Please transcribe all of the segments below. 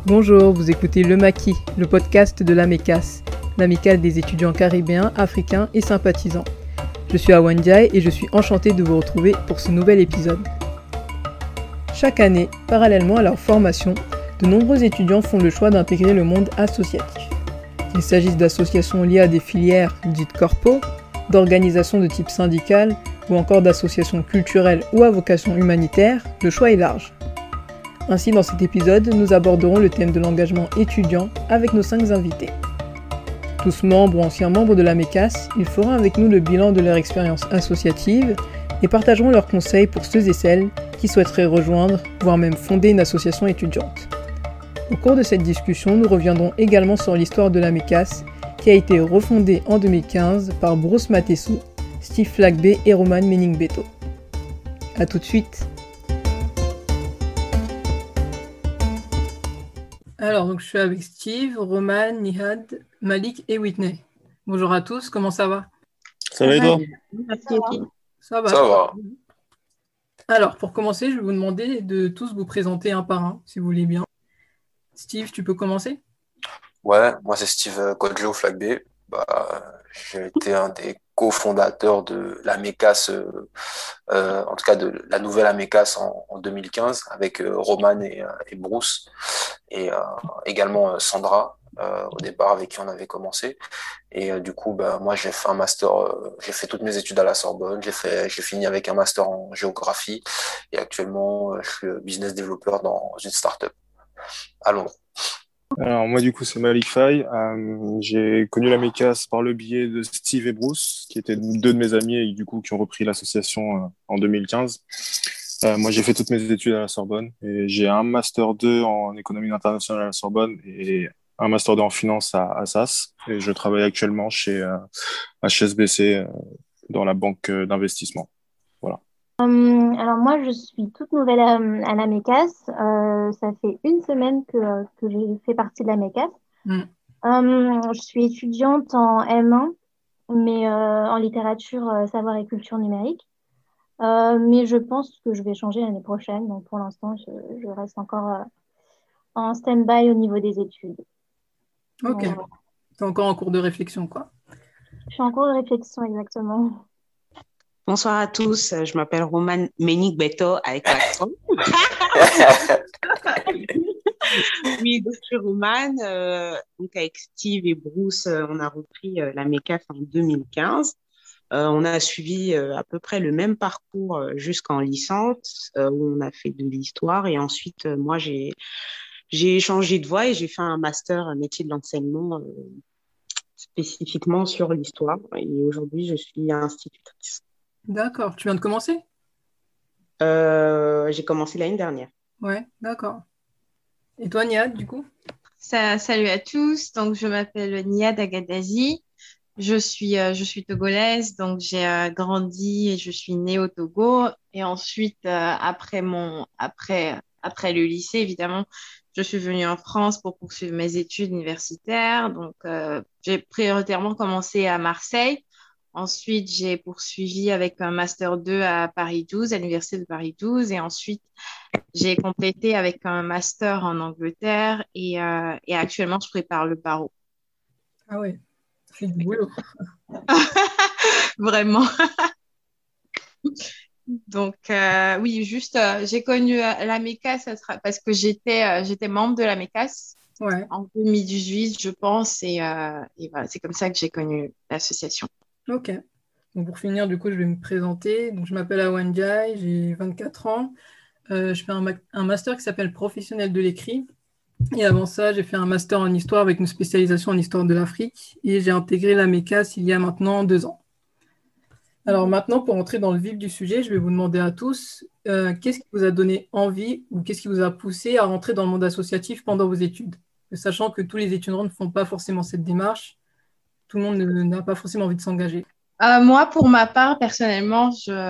Bonjour, vous écoutez Le Maquis, le podcast de l'AMECAS, l'amicale des étudiants caribéens, africains et sympathisants. Je suis Awan Ndiaye et je suis enchantée de vous retrouver pour ce nouvel épisode. Chaque année, parallèlement à leur formation, de nombreux étudiants font le choix d'intégrer le monde associatif. Qu'il s'agisse d'associations liées à des filières dites corpo, d'organisations de type syndical ou encore d'associations culturelles ou à vocation humanitaire, le choix est large. Ainsi, dans cet épisode, nous aborderons le thème de l'engagement étudiant avec nos 5 invités. Tous membres ou anciens membres de l'AMECAS, ils feront avec nous le bilan de leur expérience associative et partageront leurs conseils pour ceux et celles qui souhaiteraient rejoindre, voire même fonder une association étudiante. Au cours de cette discussion, nous reviendrons également sur l'histoire de l'AMECAS qui a été refondée en 2015 par Bruce Matessou, Steve Flagbe et Roman Mening-Beto. A tout de suite. Alors, donc, je suis avec Steve, Roman, Nihad, Malik et Whitney. Bonjour à tous, comment ça va? Ça va et toi? Ça va. Ça va. Alors, pour commencer, je vais vous demander de tous vous présenter un par un, si vous voulez bien. Steve, tu peux commencer? Ouais, moi c'est Steve Kodjo Flagbe. J'ai été un des cofondateurs de l'AMECAS, en tout cas de la nouvelle AMECAS en 2015 avec Roman et Bruce et également Sandra au départ avec qui on avait commencé. Et du coup, moi j'ai fait un master, j'ai fait toutes mes études à la Sorbonne, j'ai fini avec un master en géographie et actuellement je suis business developer dans une startup à Londres. Alors moi du coup c'est Malik Faye. J'ai connu la MECAS par le biais de Steve et Bruce, qui étaient deux de mes amis et du coup qui ont repris l'association en 2015. Moi j'ai fait toutes mes études à la Sorbonne et j'ai un master 2 en économie internationale à la Sorbonne et un master 2 en finance à SAS. Et je travaille actuellement chez HSBC dans la banque d'investissement. Voilà. Alors moi, je suis toute nouvelle à la MECAS. Ça fait une semaine que j'ai fait partie de la MECAS. Je suis étudiante en M1, mais en littérature, savoir et culture numérique. Mais je pense que je vais changer l'année prochaine. Donc pour l'instant, je reste encore en stand-by au niveau des études. Ok, Voilà. t'es encore en cours de réflexion, quoi. Je suis en cours de réflexion, exactement. Bonsoir à tous, je m'appelle Roman Mening-Beto avec l'accent. Oui, donc je suis Roman. Donc avec Steve et Bruce, on a repris la MECAF en 2015. On a suivi à peu près le même parcours jusqu'en licence, où on a fait de l'histoire. Et ensuite, moi, j'ai changé de voie et j'ai fait un master métier de l'enseignement spécifiquement sur l'histoire. Et aujourd'hui, je suis institutrice. D'accord, tu viens de commencer? J'ai commencé l'année dernière. Ouais, d'accord. Et toi, Niad, du coup? Salut à tous, donc je m'appelle Niad Agadazi, je suis togolaise, donc j'ai grandi et je suis née au Togo et ensuite après le lycée évidemment, je suis venue en France pour poursuivre mes études universitaires, donc j'ai prioritairement commencé à Marseille. Ensuite, j'ai poursuivi avec un Master 2 à Paris 12, à l'Université de Paris 12. Et ensuite, j'ai complété avec un Master en Angleterre. Et actuellement, je prépare le barreau. Ah ouais, c'est du boulot. Vraiment. Donc, oui, juste, j'ai connu la MECAS parce que j'étais membre de la MECAS Ouais. en 2018, je pense. Et voilà, c'est comme ça que j'ai connu l'association. Ok. Donc pour finir, du coup, je vais me présenter. Donc, je m'appelle Awan Ndiaye, j'ai 24 ans. Je fais un master qui s'appelle professionnel de l'écrit. Et avant ça, j'ai fait un master en histoire avec une spécialisation en histoire de l'Afrique. Et j'ai intégré la MECAS il y a maintenant 2 ans. Alors maintenant, pour entrer dans le vif du sujet, je vais vous demander à tous, qu'est-ce qui vous a donné envie ou qu'est-ce qui vous a poussé à rentrer dans le monde associatif pendant vos études? Sachant que tous les étudiants ne font pas forcément cette démarche, tout le monde n'a pas forcément envie de s'engager. Moi, pour ma part, personnellement,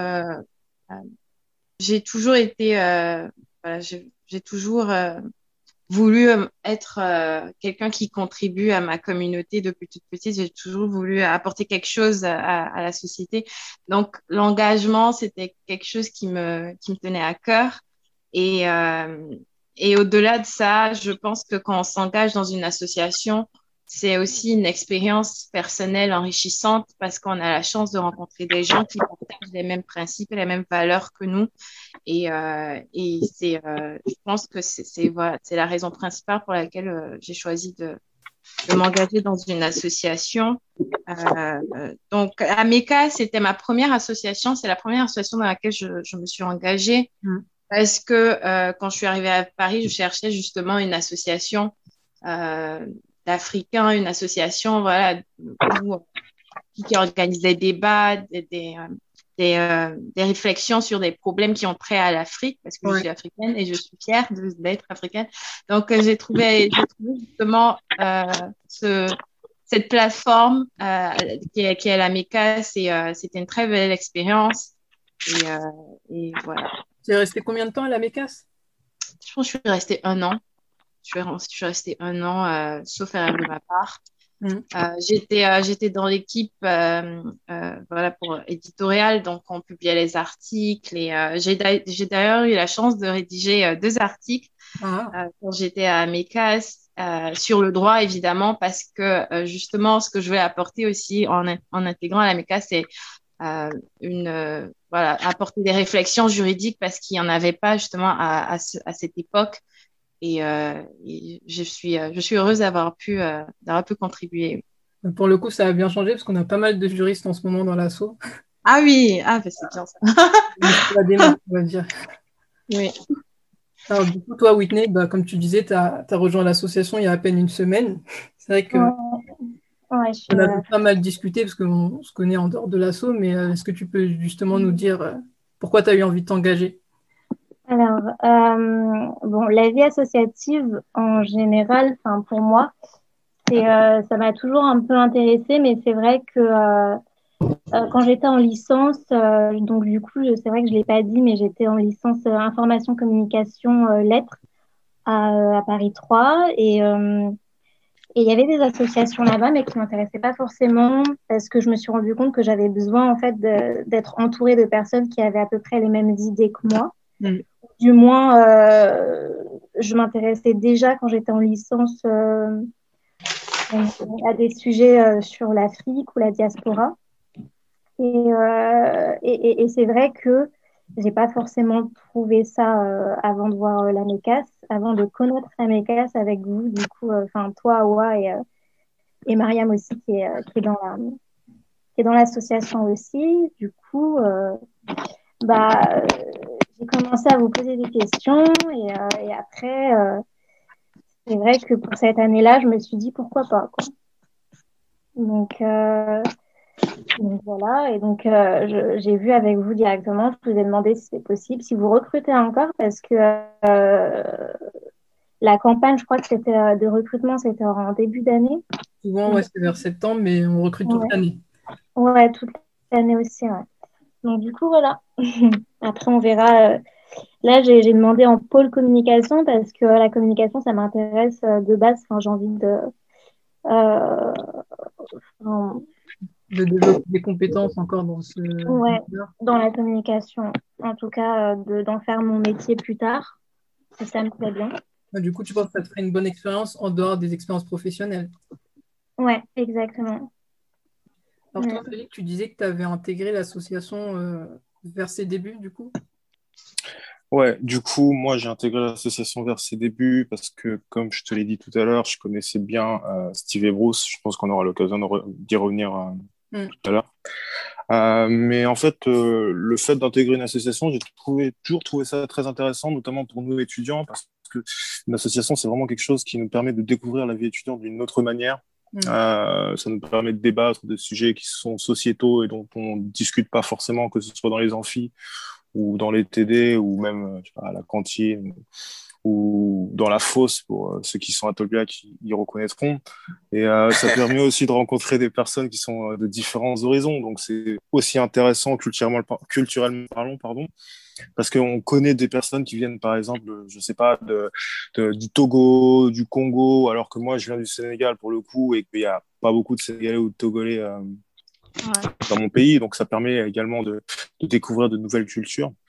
j'ai toujours été, voilà, j'ai toujours voulu être quelqu'un qui contribue à ma communauté depuis toute petite. J'ai toujours voulu apporter quelque chose à la société. Donc, l'engagement, c'était quelque chose qui me tenait à cœur. Et Et au-delà de ça, je pense que quand on s'engage dans une association, c'est aussi une expérience personnelle enrichissante parce qu'on a la chance de rencontrer des gens qui partagent les mêmes principes et les mêmes valeurs que nous. Et je pense que voilà, c'est la raison principale pour laquelle j'ai choisi de m'engager dans une association. Donc, Ameka, c'était ma première association. C'est la première association dans laquelle je me suis engagée. Parce que quand je suis arrivée à Paris, je cherchais justement une association d'Africains, une association voilà, qui organise des débats, des réflexions sur des problèmes qui ont trait à l'Afrique, parce que je suis africaine et je suis fière d'être africaine. Donc, j'ai trouvé justement cette plateforme qui est la MECA. C'était une très belle expérience. Et voilà. Tu es resté combien de temps à la MECAS? Je pense que je suis restée 1 an. Je suis restée 1 an, sauf erreur de ma part. J'étais dans l'équipe voilà, pour éditorial, donc on publiait les articles. Et j'ai d'ailleurs eu la chance de rédiger 2 articles quand j'étais à MECAS sur le droit, évidemment, parce que justement, ce que je voulais apporter aussi en intégrant à la MECAS, c'est voilà, apporter des réflexions juridiques parce qu'il n'y en avait pas justement à cette époque. Et je suis heureuse d'avoir pu contribuer. Pour le coup, ça a bien changé parce qu'on a pas mal de juristes en ce moment dans l'asso. Ah oui, bah, c'est bien ça. La démarche, on va dire. Oui. Alors, du coup, toi, Whitney, comme tu disais, tu as rejoint l'association il y a à peine une semaine. C'est vrai que on a pas mal discuté parce qu'on se connaît en dehors de l'asso, mais est-ce que tu peux justement nous dire pourquoi tu as eu envie de t'engager? Alors, la vie associative en général, pour moi, ça m'a toujours un peu intéressée, mais c'est vrai que quand j'étais en licence, donc du coup, c'est vrai que je ne l'ai pas dit, mais j'étais en licence information, communication, lettres à Paris 3. Et il y avait des associations là-bas, mais qui ne m'intéressaient pas forcément parce que je me suis rendu compte que j'avais besoin en fait d'être entourée de personnes qui avaient à peu près les mêmes idées que moi. Du moins, je m'intéressais déjà quand j'étais en licence à des sujets sur l'Afrique ou la diaspora. Et c'est vrai que j'ai pas forcément trouvé ça avant de voir la MECAS, avant de connaître la MECAS avec vous, du coup, toi, Awa, et Mariam aussi, qui est dans l'association aussi. Du coup, j'ai commencé à vous poser des questions et après, c'est vrai que pour cette année-là, je me suis dit pourquoi pas, quoi. Donc voilà, et donc j'ai vu avec vous directement, je vous ai demandé si c'est possible, si vous recrutez encore, parce que la campagne, je crois que c'était de recrutement, c'était en début d'année. Souvent, c'est vers septembre, mais on recrute toute l'année. Ouais, toute l'année aussi, ouais. Donc du coup, voilà. Après, on verra. Là, j'ai demandé en pôle communication, parce que la communication, ça m'intéresse de base. J'ai envie de développer des compétences encore dans dans la communication. En tout cas, d'en faire mon métier plus tard. Et ça me plaît bien. Du coup, tu penses que ça te ferait une bonne expérience en dehors des expériences professionnelles? Ouais, exactement. Alors toi, Félix, tu disais que tu avais intégré l'association vers ses débuts, du coup? Ouais, du coup, moi, j'ai intégré l'association vers ses débuts parce que, comme je te l'ai dit tout à l'heure, je connaissais bien Steve et Bruce. Je pense qu'on aura l'occasion d'y revenir tout à l'heure. Mais en fait, le fait d'intégrer une association, j'ai toujours trouvé ça très intéressant, notamment pour nous étudiants, parce que une association, c'est vraiment quelque chose qui nous permet de découvrir la vie étudiante d'une autre manière. Ça nous permet de débattre de sujets qui sont sociétaux et dont on ne discute pas forcément, que ce soit dans les amphis ou dans les TD ou même à la cantine ou dans la fosse pour ceux qui sont à Tolbiac qui y reconnaîtront. Et ça permet aussi de rencontrer des personnes qui sont de différents horizons. Donc c'est aussi intéressant culturellement parlant, pardon, parce qu'on connaît des personnes qui viennent, par exemple, je sais pas, du Togo, du Congo, alors que moi je viens du Sénégal pour le coup et qu'il n'y a pas beaucoup de Sénégalais ou de Togolais dans mon pays. Donc ça permet également de découvrir de nouvelles cultures.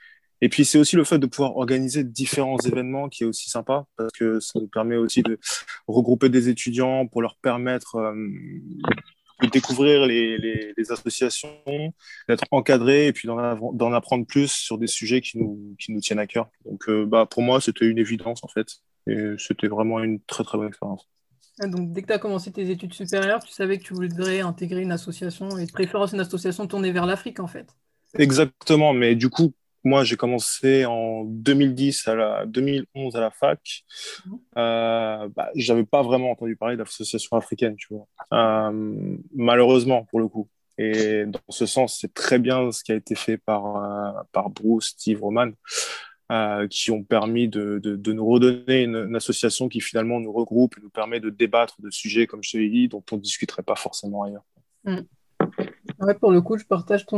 Et puis, c'est aussi le fait de pouvoir organiser différents événements qui est aussi sympa, parce que ça nous permet aussi de regrouper des étudiants pour leur permettre de découvrir les associations, d'être encadrés et puis d'en apprendre plus sur des sujets qui nous tiennent à cœur. Donc, pour moi, c'était une évidence, en fait. Et c'était vraiment une très, très bonne expérience. Donc, dès que tu as commencé tes études supérieures, tu savais que tu voudrais intégrer une association, et de préférence une association tournée vers l'Afrique, en fait. Exactement, mais du coup, moi, j'ai commencé en 2011 à la fac. J'avais pas vraiment entendu parler d'association africaine, tu vois. Malheureusement, pour le coup. Et dans ce sens, c'est très bien ce qui a été fait par Bruce, Steve, Roman, qui ont permis de nous redonner une association qui finalement nous regroupe et nous permet de débattre de sujets, comme je te l'ai dit, dont on ne discuterait pas forcément ailleurs. Ouais, pour le coup, je partage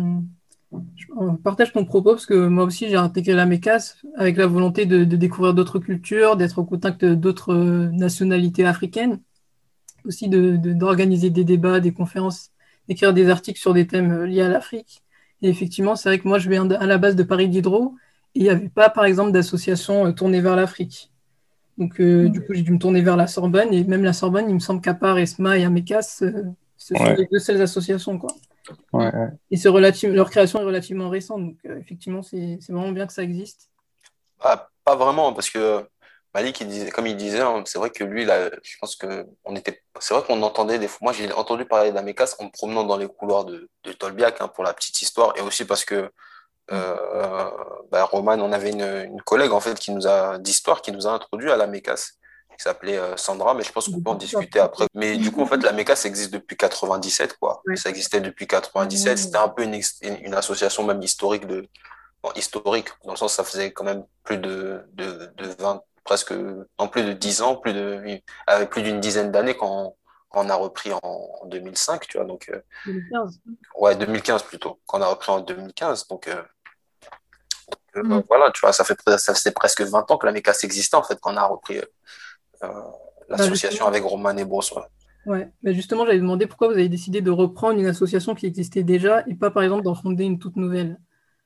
ton propos parce que moi aussi, j'ai intégré la MECAS avec la volonté de découvrir d'autres cultures, d'être au contact d'autres nationalités africaines, aussi d'organiser des débats, des conférences, d'écrire des articles sur des thèmes liés à l'Afrique. Et effectivement, c'est vrai que moi, je viens à la base de Paris Diderot et il n'y avait pas, par exemple, d'association tournée vers l'Afrique. Donc, du coup, j'ai dû me tourner vers la Sorbonne et même la Sorbonne, il me semble qu'à part ESMA et Amecas, ce sont les deux seules associations, quoi. Ouais. Et leur création est relativement récente, donc effectivement, c'est vraiment bien que ça existe. Pas vraiment, parce que Malik, comme il disait, hein, c'est vrai que lui, là, je pense que c'est vrai qu'on entendait des fois. Moi, j'ai entendu parler d'Amecas en me promenant dans les couloirs de Tolbiac, hein, pour la petite histoire, et aussi parce que Roman, on avait une collègue en fait d'histoire qui nous a introduit à l'Amecas, qui s'appelait Sandra, mais je pense qu'on peut en discuter après. Mais du coup, en fait, l'Amecas existe depuis 97, quoi. Ouais. Ça existait depuis 97. C'était un peu une association même historique historique, dans le sens ça faisait quand même plus de 20, presque, non plus de 10 ans, avec plus d'une dizaine d'années quand on a repris en 2005, tu vois, donc 2015. ouais, 2015 plutôt, quand on a repris en 2015, donc voilà, tu vois, ça faisait presque 20 ans que la MECAS existait, en fait, quand on a repris l'association avec Roman et Bros. Ouais, mais justement, j'avais demandé pourquoi vous avez décidé de reprendre une association qui existait déjà et pas, par exemple, d'en fonder une toute nouvelle.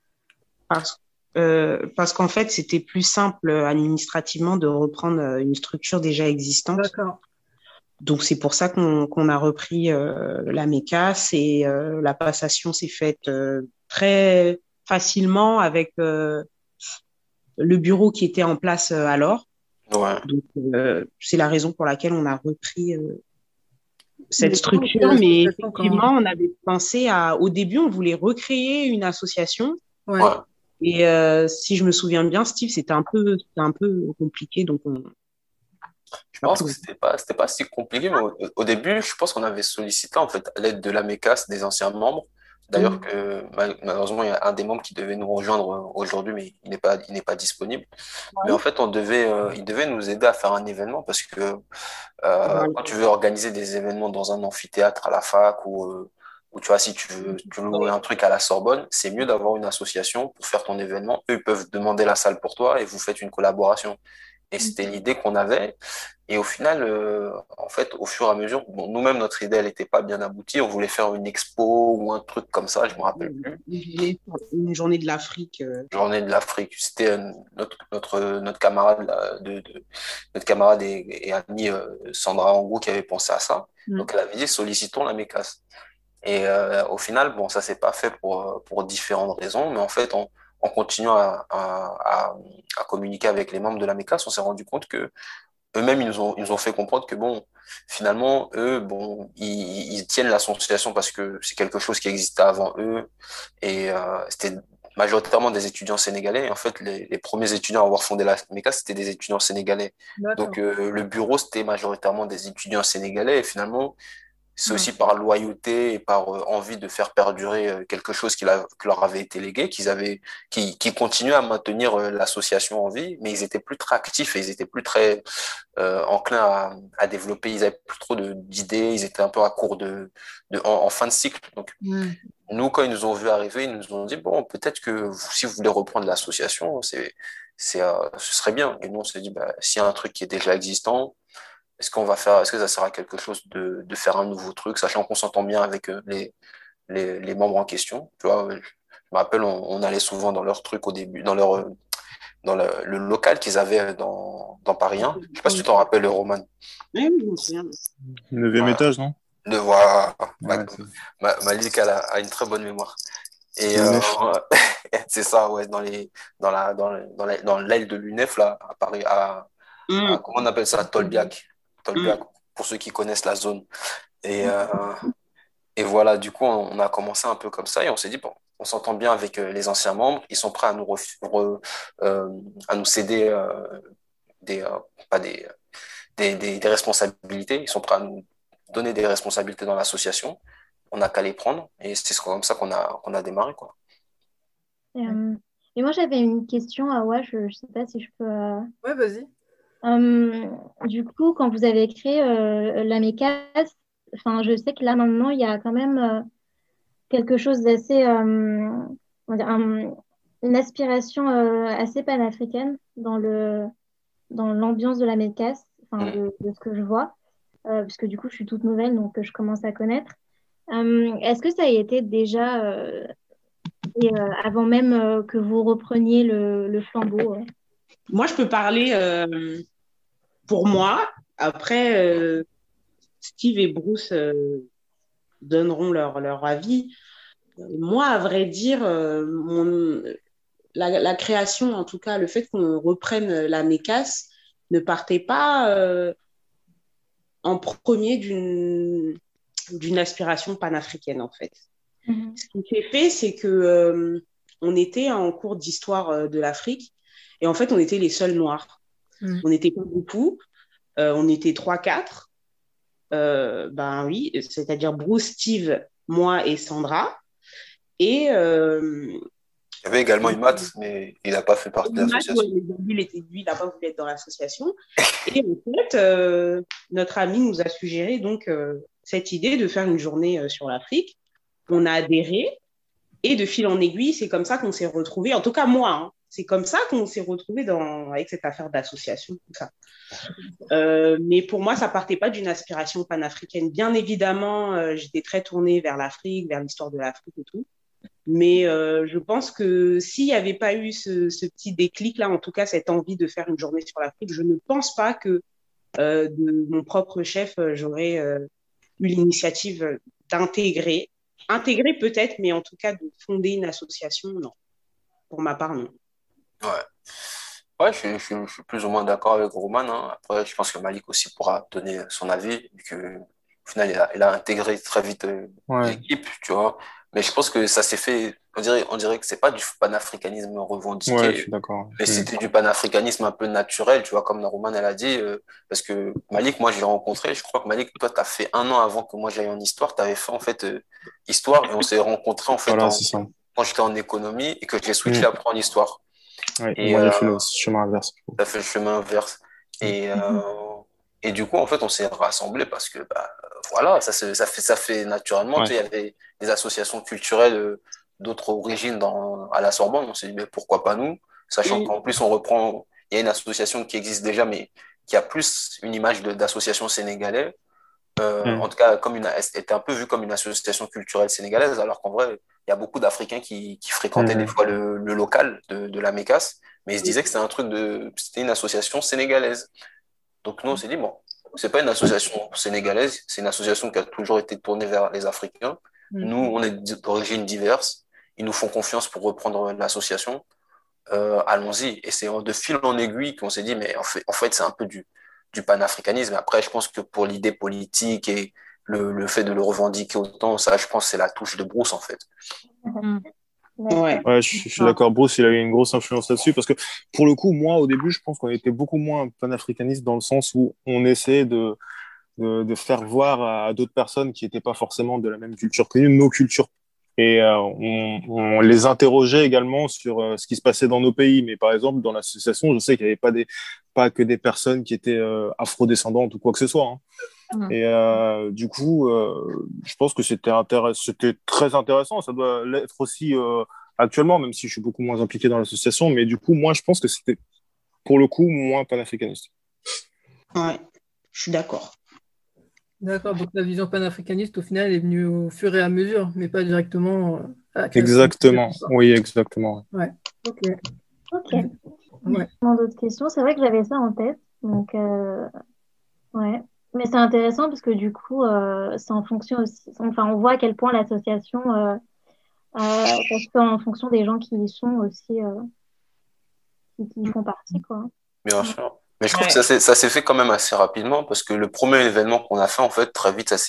Parce qu'en fait, c'était plus simple administrativement de reprendre une structure déjà existante. D'accord. Donc, c'est pour ça qu'on a repris la MECAS et la passation s'est faite très facilement avec le bureau qui était en place alors. Ouais. Donc, c'est la raison pour laquelle on a repris cette structure. Mais effectivement, on avait pensé au début, on voulait recréer une association. Ouais. Et si je me souviens bien, Steve, c'était un peu compliqué. Donc, je pense que c'était pas si compliqué, mais au début, je pense qu'on avait sollicité en fait l'aide de l'AMECAS, des anciens membres. D'ailleurs, que malheureusement, il y a un des membres qui devait nous rejoindre aujourd'hui, mais il n'est pas disponible. Ouais. Mais en fait, il devait nous aider à faire un événement parce que quand tu veux organiser des événements dans un amphithéâtre à la fac ou tu vois, si tu veux louer un truc à la Sorbonne, c'est mieux d'avoir une association pour faire ton événement. Eux, ils peuvent demander la salle pour toi et vous faites une collaboration. Et c'était l'idée qu'on avait. Et au final, en fait, au fur et à mesure, nous-mêmes, notre idée, elle n'était pas bien aboutie. On voulait faire une expo ou un truc comme ça, je ne me rappelle plus. Une journée de l'Afrique. Journée de l'Afrique. C'était notre camarade, notre camarade et amie Sandra Ango qui avait pensé à ça. Donc, elle avait dit, sollicitons la MECAS. Et au final, bon, ça s'est pas fait pour différentes raisons, mais en fait, en continuant à communiquer avec les membres de la MECAS, on s'est rendu compte que eux-mêmes, ils nous ont fait comprendre que bon, finalement, eux, bon, ils tiennent l'association parce que c'est quelque chose qui existait avant eux, et c'était majoritairement des étudiants sénégalais. Et en fait, les premiers étudiants à avoir fondé la MECAS, c'était des étudiants sénégalais. Donc, le bureau, c'était majoritairement des étudiants sénégalais, et finalement, c'est aussi par loyauté et par envie de faire perdurer quelque chose qui leur avait été légué, qui continuaient à maintenir l'association en vie, mais ils étaient plus très actifs et ils étaient plus très enclins à développer. Ils avaient plus trop d'idées, ils étaient un peu à court en fin de cycle. Donc, nous, quand ils nous ont vu arriver, ils nous ont dit, bon, peut-être que si vous voulez reprendre l'association, ce serait bien. Et nous, on s'est dit, s'il y a un truc qui est déjà existant, est-ce que ça sert à quelque chose de faire un nouveau truc, sachant qu'on s'entend bien avec les membres en question, tu vois, me rappelle, on allait souvent dans leur truc au début, dans le local qu'ils avaient dans Paris 1. Je sais pas si tu t'en rappelles, le Roman. Oui, oui, je me souviens. 9e étage, non? De voir Ouais, Malik a une très bonne mémoire. Et c'est l'UNEF. c'est ça, ouais, dans l'aile de l'UNEF, là, à Paris, comment on appelle ça? Tolbiac. Tolbiac, pour ceux qui connaissent la zone. Et, euh, et voilà, du coup, on a commencé un peu comme ça et on s'est dit, bon, on s'entend bien avec les anciens membres, ils sont prêts à nous céder des, pas des responsabilités, ils sont prêts à nous donner des responsabilités dans l'association. On n'a qu'à les prendre et c'est comme ça qu'on a démarré, quoi. Et moi, j'avais une question à Awa, je ne sais pas si je peux. Ouais, vas-y. Du coup, quand vous avez créé la MECAS, enfin, je sais que là maintenant, il y a quand même quelque chose d'assez, comment dire, une aspiration assez panafricaine dans l'ambiance de la MECAS, enfin, de ce que je vois, puisque du coup, je suis toute nouvelle, donc je commence à connaître. Est-ce que ça a été déjà, avant même que vous repreniez le flambeau Moi, je peux parler pour moi. Après, Steve et Bruce donneront leur avis. Moi, à vrai dire, la création, en tout cas, le fait qu'on reprenne la MECAS ne partait pas en premier d'une aspiration panafricaine, en fait. Ce qui s'est fait, c'est que on était en cours d'histoire de l'Afrique et en fait, on était les seuls noirs. On n'était pas beaucoup, on était 3-4. Ben oui, c'est-à-dire Bruce, Steve, moi et Sandra. Et il y avait également Imat, mais il n'a pas fait partie de l'association. Lui, il n'a pas voulu être dans l'association. Et en fait, notre ami nous a suggéré donc cette idée de faire une journée sur l'Afrique. On a adhéré et de fil en aiguille, c'est comme ça qu'on s'est retrouvés. En tout cas, moi, hein, c'est comme ça qu'on s'est retrouvés avec cette affaire d'association. Tout ça. Mais pour moi, ça partait pas d'une aspiration panafricaine. Bien évidemment, j'étais très tournée vers l'Afrique, vers l'histoire de l'Afrique et tout. Mais je pense que s'il n'y avait pas eu ce petit déclic-là, en tout cas cette envie de faire une journée sur l'Afrique, je ne pense pas que de mon propre chef, j'aurais eu l'initiative d'intégrer peut-être, mais en tout cas de fonder une association, non. Pour ma part, non. Ouais, je suis plus ou moins d'accord avec Roman, hein. Après, je pense que Malik aussi pourra donner son avis, vu que, au final, il a intégré très vite l'équipe, tu vois. Mais je pense que ça s'est fait, on dirait que c'est pas du panafricanisme revendiqué, Ouais, je suis d'accord. mais c'était du panafricanisme un peu naturel, tu vois, comme Roman, elle a dit, parce que Malik, moi, je l'ai rencontré, je crois que Malik, toi, t'as fait 1 an avant que moi j'aille en histoire, t'avais fait, en fait, histoire, et on s'est rencontrés, en fait, Voilà, c'est ça. quand j'étais en économie, et que j'ai switché après en histoire. Ouais, Et moi, j'ai fait le chemin inverse. ça fait le chemin inverse. Et du coup, en fait, on s'est rassemblés parce que, bah, voilà, ça fait naturellement. Ouais. Tu sais, il y avait des associations culturelles d'autres origines à la Sorbonne. On s'est dit, mais pourquoi pas nous? Sachant qu'en plus, il y a une association qui existe déjà, mais qui a plus une image d'association sénégalaise. En tout cas, elle était un peu vue comme une association culturelle sénégalaise, alors qu'en vrai, il y a beaucoup d'Africains qui fréquentaient des fois le local de la MECAS, mais ils se disaient que c'était une association sénégalaise. Donc nous, on s'est dit, bon, c'est pas une association sénégalaise, c'est une association qui a toujours été tournée vers les Africains. Nous, on est d'origine diverse. Ils nous font confiance pour reprendre l'association. Allons-y. Et c'est de fil en aiguille qu'on s'est dit, mais en fait c'est un peu du panafricanisme. Après, je pense que pour l'idée politique et le fait de le revendiquer autant, ça, je pense que c'est la touche de Bruce, en fait. Ouais. Ouais, je suis d'accord. Bruce, il a eu une grosse influence là-dessus parce que, pour le coup, moi, au début, je pense qu'on était beaucoup moins panafricaniste dans le sens où on essayait de faire voir à d'autres personnes qui n'étaient pas forcément de la même culture que nous, nos cultures. Et on les interrogeait également sur ce qui se passait dans nos pays. Mais par exemple, dans l'association, je sais qu'il n'y avait pas que des personnes qui étaient afrodescendantes ou quoi que ce soit, hein. Et du coup, je pense que c'était très intéressant. Ça doit l'être aussi actuellement, même si je suis beaucoup moins impliqué dans l'association. Mais du coup, moi, je pense que c'était, pour le coup, moins panafricaniste. Ouais, je suis d'accord. D'accord, donc la vision panafricaniste, au final, est venue au fur et à mesure, mais pas directement à la création de Exactement, l'histoire. oui, exactement. Ouais, ok. Ok. Ouais. D'autres questions? C'est vrai que j'avais ça en tête. Donc, ouais. Mais c'est intéressant parce que du coup, c'est en fonction aussi. Enfin, on voit à quel point l'association, ça se fait en fonction des gens qui y sont aussi, qui y font partie, quoi. Bien Mm. sûr. Mais je trouve que Ouais. ça s'est fait quand même assez rapidement parce que le premier événement qu'on a fait, en fait, très vite,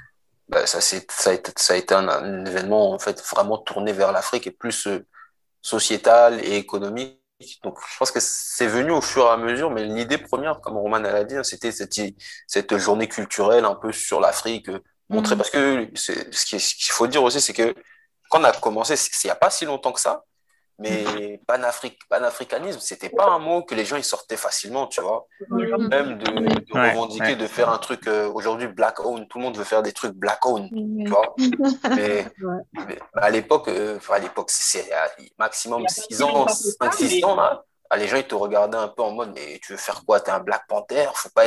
ça a été un événement, en fait, vraiment tourné vers l'Afrique et plus sociétal et économique. Donc, je pense que c'est venu au fur et à mesure, mais l'idée première, comme Roman elle a dit, hein, c'était cette journée culturelle un peu sur l'Afrique, montrer, Mm. parce que ce qu'il faut dire aussi, c'est que quand on a commencé, il n'y a pas si longtemps que ça, mais panafricanisme, c'était pas un mot que les gens ils sortaient facilement, tu vois. Mm. Même Oui. de Ouais, revendiquer, ouais. de faire un truc aujourd'hui black owned, tout le monde veut faire des trucs black owned, tu Oui. vois. Mais, Ouais. mais à l'époque, enfin, à l'époque, c'est Il maximum n'y a pas 6 si ans, longtemps que ça, 5 6 mais ans, là. Ah, les gens, ils te regardaient un peu en mode, mais tu veux faire quoi? T'es un Black Panther?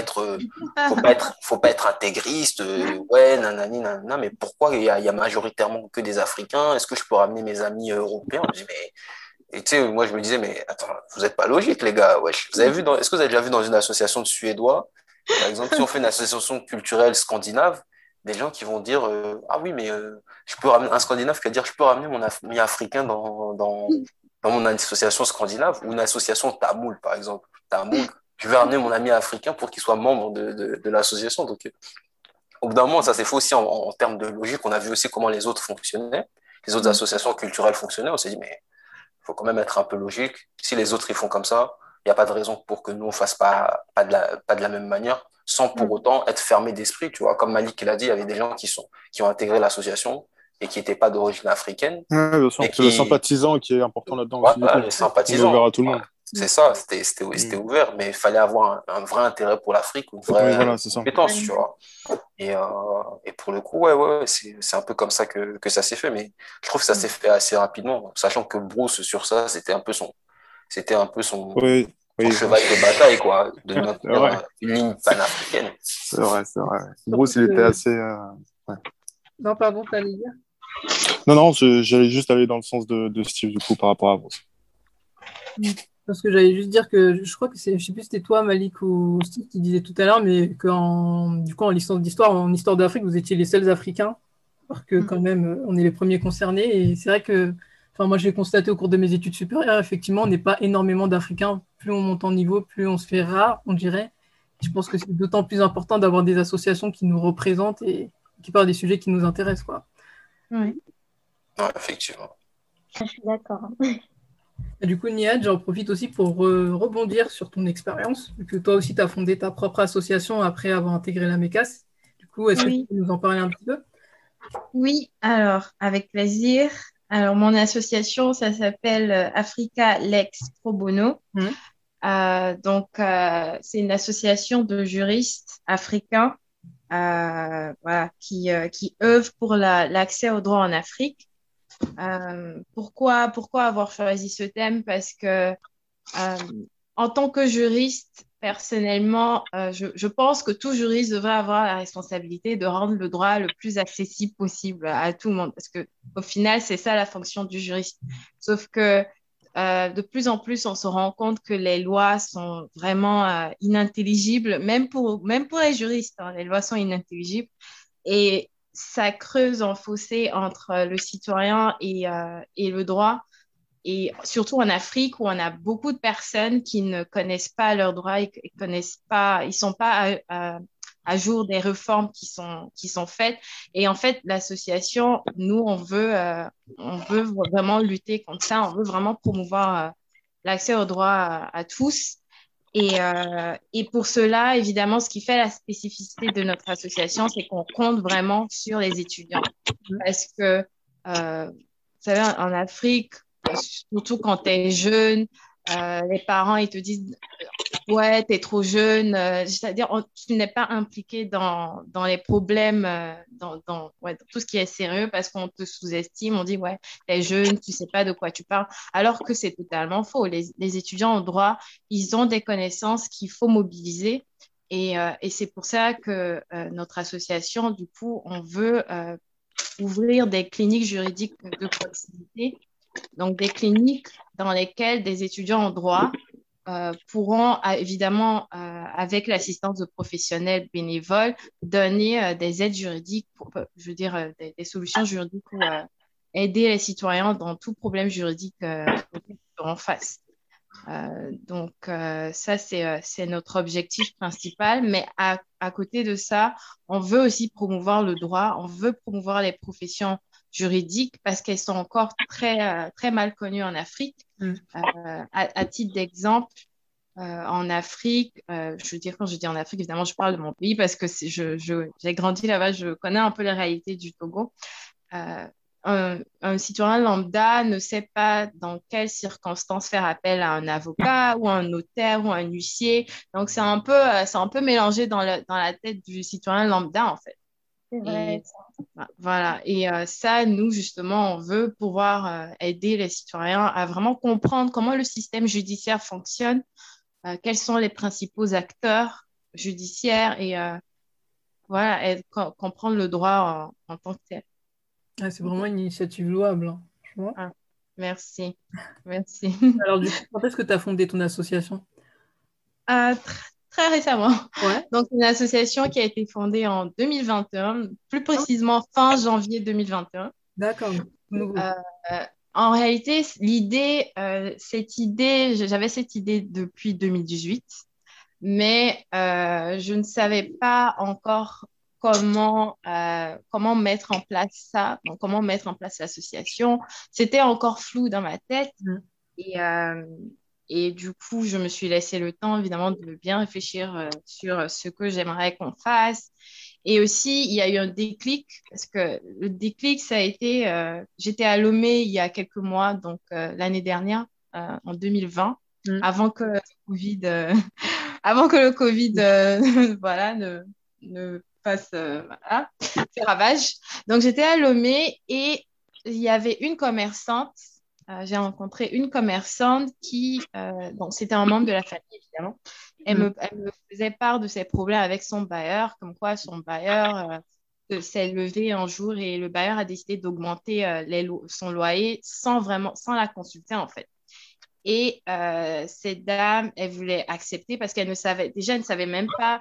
Faut pas être intégriste. Ouais, nanani, nanana, mais pourquoi il y a majoritairement que des Africains? Est-ce que je peux ramener mes amis européens? Je dis, mais, et tu sais, moi, je me disais, mais attends, vous êtes pas logique, les gars. Wesh. Est-ce que vous avez déjà vu dans une association de Suédois, par exemple, si on fait une association culturelle scandinave, des gens qui vont dire, ah oui, mais je peux ramener un Scandinave qui va dire, je peux ramener mon ami africain dans mon association scandinave ou une association tamoul, par exemple. Tamoul, je vais ramener mon ami africain pour qu'il soit membre de l'association. Donc, au bout d'un moment, ça s'est fait aussi en termes de logique. On a vu aussi comment les autres fonctionnaient, les autres Mm. associations culturelles fonctionnaient. On s'est dit, mais il faut quand même être un peu logique. Si les autres ils font comme ça, il n'y a pas de raison pour que nous on fasse pas de la même manière, sans pour Mm. autant être fermé d'esprit. Tu vois, comme Malik l'a dit, il y avait des gens qui ont intégré l'association et qui n'étaient pas d'origine africaine, Ouais, bien sûr. mais C'est le qui, sympathisant qui est important là-dedans aussi, du voilà, coup. les On est ouvert sympathisants. à tout le Voilà. monde. C'est ça, c'était Mm. ouvert, mais il fallait avoir un vrai intérêt pour l'Afrique, une Oui, vraie voilà, c'est ça. compétence, tu Ouais. vois. Et pour le coup, ouais, c'est un peu comme ça que ça s'est fait, mais je trouve que ça Mm. s'est fait assez rapidement, sachant que Bruce, sur ça, c'était un peu Oui, son oui, cheval de bataille, quoi, de c'est maintenir vrai. une ligne panafricaine. C'est vrai, c'est vrai. Surtout Bruce, il était que... assez. Ouais. Non, pardon, t'allais dire. Non, non, j'allais juste aller dans le sens de Steve, du coup, par rapport à Bruce. Mm. Parce que j'allais juste dire que je crois que c'est, je sais plus si c'était toi, Malik ou Steve, qui disait tout à l'heure, mais du coup, en licence d'histoire, en histoire d'Afrique, vous étiez les seuls Africains, alors que Mm. quand même, on est les premiers concernés. Et c'est vrai que, enfin, moi, j'ai constaté au cours de mes études supérieures, effectivement, on n'est pas énormément d'Africains. Plus on monte en niveau, plus on se fait rare, on dirait. Je pense que c'est d'autant plus important d'avoir des associations qui nous représentent et qui parlent des sujets qui nous intéressent, quoi. Ouais. Non, effectivement. Je suis d'accord. Et du coup, Niad, j'en profite aussi pour rebondir sur ton expérience, vu que toi aussi, tu as fondé ta propre association après avoir intégré la MECAS. Du coup, est-ce que tu Oui. peux nous en parler un petit peu? Oui, alors, avec plaisir. Alors, mon association, ça s'appelle Africa Lex Pro Bono. Mhm. C'est une association de juristes africains voilà, qui œuvrent pour l'accès au droit en Afrique. Pourquoi avoir choisi ce thème? Parce que euh, en tant que juriste, personnellement, je pense que tout juriste devrait avoir la responsabilité de rendre le droit le plus accessible possible à tout le monde, parce que au final, c'est ça la fonction du juriste. Sauf que de plus en plus, on se rend compte que les lois sont vraiment inintelligibles, même pour les juristes, hein, les lois sont inintelligibles. Et ça creuse un fossé entre le citoyen et le droit. Et surtout en Afrique où on a beaucoup de personnes qui ne connaissent pas leurs droits, ils connaissent pas, ils sont pas à jour des réformes qui sont faites. Et en fait, l'association, nous, on veut vraiment lutter contre ça. On veut vraiment promouvoir l'accès aux droits à tous. Et pour cela, évidemment, ce qui fait la spécificité de notre association, c'est qu'on compte vraiment sur les étudiants. Parce que, vous savez, en Afrique, surtout quand tu es jeune, les parents, ils te disent, ouais, tu es trop jeune, c'est-à-dire tu n'es pas impliqué dans les problèmes, ouais, dans tout ce qui est sérieux parce qu'on te sous-estime, on dit, ouais, tu es jeune, tu sais pas de quoi tu parles, alors que c'est totalement faux. Les étudiants en droit, ils ont des connaissances qu'il faut mobiliser Et c'est pour ça que notre association, du coup, on veut ouvrir des cliniques juridiques de proximité, donc des cliniques dans lesquelles des étudiants en droit pourront évidemment, avec l'assistance de professionnels bénévoles, donner des aides juridiques, je veux dire, des solutions juridiques ou aider les citoyens dans tout problème juridique auquel ils seront face. Donc, ça, c'est notre objectif principal. Mais à côté de ça, on veut aussi promouvoir le droit, on veut promouvoir les professions juridiques parce qu'elles sont encore très mal connues en Afrique. À titre d'exemple, en Afrique, je veux dire, quand je dis en Afrique, évidemment, je parle de mon pays parce que j'ai grandi là-bas, je connais un peu les réalités du Togo. Un citoyen lambda ne sait pas dans quelles circonstances faire appel à un avocat ou un notaire ou un huissier. Donc, c'est un peu mélangé dans la tête du citoyen lambda, en fait. C'est vrai. Voilà. Et ça, nous, justement, on veut pouvoir aider les citoyens à vraiment comprendre comment le système judiciaire fonctionne, quels sont les principaux acteurs judiciaires et voilà, et comprendre le droit en tant que tel. Ah, c'est vraiment une initiative louable, hein, franchement. Ah, merci. Merci. Alors, du coup, quand est-ce que tu as fondé ton association? Très récemment. Ouais. Donc, une association qui a été fondée en 2021, plus précisément fin janvier 2021. D'accord. Nouveau. En réalité, j'avais cette idée depuis 2018, mais je ne savais pas encore comment mettre en place ça, donc comment mettre en place l'association. C'était encore flou dans ma tête. Et du coup, je me suis laissé le temps, évidemment, de bien réfléchir sur ce que j'aimerais qu'on fasse. Et aussi, il y a eu un déclic, parce que le déclic, ça a été, j'étais à Lomé il y a quelques mois, donc l'année dernière, en 2020, avant que le Covid voilà, ne fasse ses ravages. Donc, j'étais à Lomé et il y avait une commerçante. J'ai rencontré une commerçante qui, c'était un membre de la famille, évidemment. Elle me faisait part de ses problèmes avec son bailleur, comme quoi son bailleur s'est levé un jour et le bailleur a décidé d'augmenter son loyer sans la consulter, en fait. Et cette dame, elle voulait accepter parce qu'elle ne savait même pas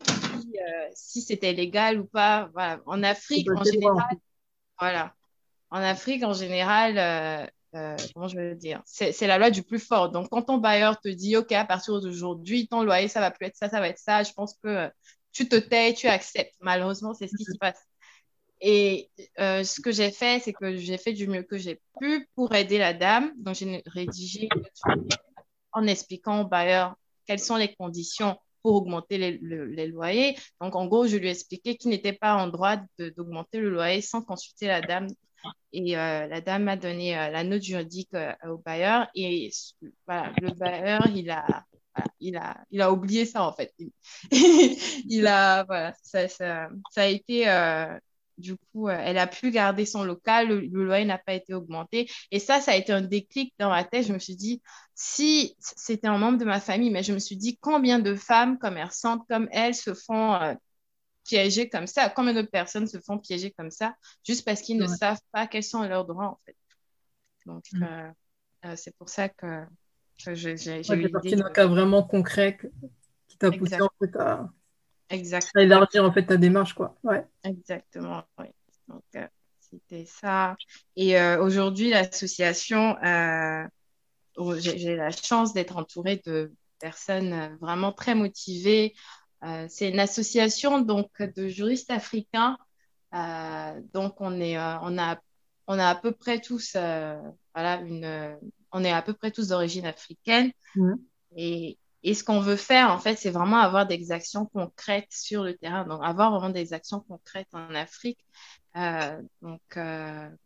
si c'était légal ou pas. Voilà. En Afrique, en général, voilà. En Afrique, en général, comment je vais le dire, c'est la loi du plus fort. Donc, quand ton bailleur te dit, OK, à partir d'aujourd'hui, ton loyer, ça va plus être ça, ça va être ça, je pense que tu te tais, tu acceptes. Malheureusement, c'est ce qui se passe. Et ce que j'ai fait, c'est que j'ai fait du mieux que j'ai pu pour aider la dame. Donc, j'ai rédigé en expliquant au bailleur quelles sont les conditions pour augmenter les loyers. Donc, en gros, je lui ai expliqué qu'il n'était pas en droit d'augmenter le loyer sans consulter la dame. Et la dame m'a donné la note juridique au bailleur. Et voilà, le bailleur, il a oublié ça, en fait. Voilà, ça a été... du coup, elle a pu garder son local, le loyer n'a pas été augmenté. Et ça a été un déclic dans ma tête. Je me suis dit, si c'était un membre de ma famille, mais je me suis dit, combien de femmes commerçantes comme elle se font piéger comme ça? Combien de personnes se font piéger comme ça juste parce qu'ils ne savent pas quels sont leurs droits, en fait. Donc, c'est pour ça que j'ai eu l'idée. C'est un cas vraiment concret qui t'a poussé en fait à élargir en fait ta démarche, quoi. Ouais. Exactement, oui. Donc, c'était ça. Et aujourd'hui, l'association, j'ai la chance d'être entourée de personnes vraiment très motivées. C'est une association donc, de juristes africains. Donc, on a à peu près tous, on est à peu près tous d'origine africaine. Et ce qu'on veut faire, en fait, c'est vraiment avoir des actions concrètes sur le terrain. Donc, avoir vraiment des actions concrètes en Afrique. Est-ce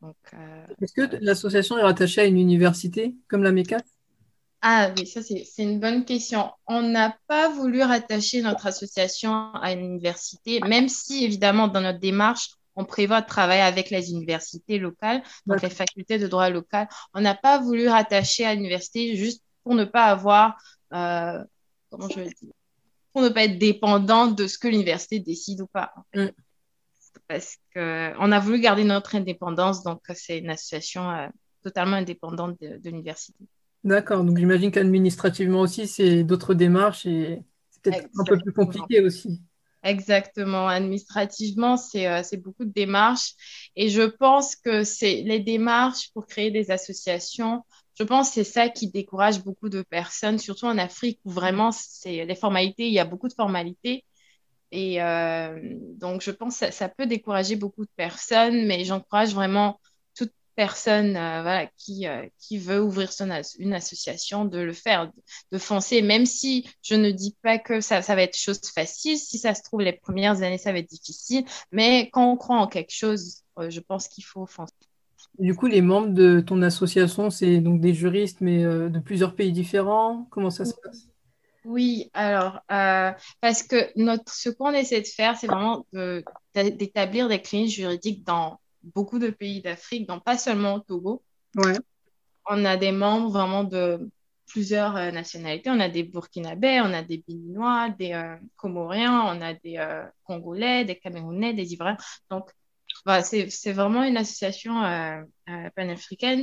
que l'association est rattachée à une université comme la MECAS? Ah oui, ça c'est une bonne question. On n'a pas voulu rattacher notre association à une université, même si évidemment dans notre démarche, on prévoit de travailler avec les universités locales, donc les facultés de droit local. On n'a pas voulu rattacher à l'université juste pour ne pas avoir, comment je vais dire, pour ne pas être dépendante de ce que l'université décide ou pas. Parce qu'on a voulu garder notre indépendance, donc c'est une association totalement indépendante de l'université. D'accord, donc j'imagine qu'administrativement aussi, c'est d'autres démarches et c'est peut-être un peu plus compliqué aussi. Exactement. Administrativement, c'est beaucoup de démarches. Et je pense que c'est les démarches pour créer des associations. Je pense que c'est ça qui décourage beaucoup de personnes, surtout en Afrique où vraiment c'est les formalités, il y a beaucoup de formalités. Et donc, je pense que ça peut décourager beaucoup de personnes, mais j'encourage vraiment toute personne voilà, qui veut ouvrir une association de le faire, de foncer, même si je ne dis pas que ça va être chose facile. Si ça se trouve, les premières années, ça va être difficile, mais quand on croit en quelque chose, je pense qu'il faut foncer. Du coup, les membres de ton association, c'est donc des juristes, mais de plusieurs pays différents. Comment ça se passe? Oui, alors, parce que ce qu'on essaie de faire, c'est vraiment d'établir des cliniques juridiques dans beaucoup de pays d'Afrique, donc pas seulement au Togo. Ouais. On a des membres vraiment de plusieurs nationalités. On a des Burkinabés, on a des Béninois, des Comoriens, on a des Congolais, des Camerounais, des Ivoiriens. Donc, voilà, c'est vraiment une association panafricaine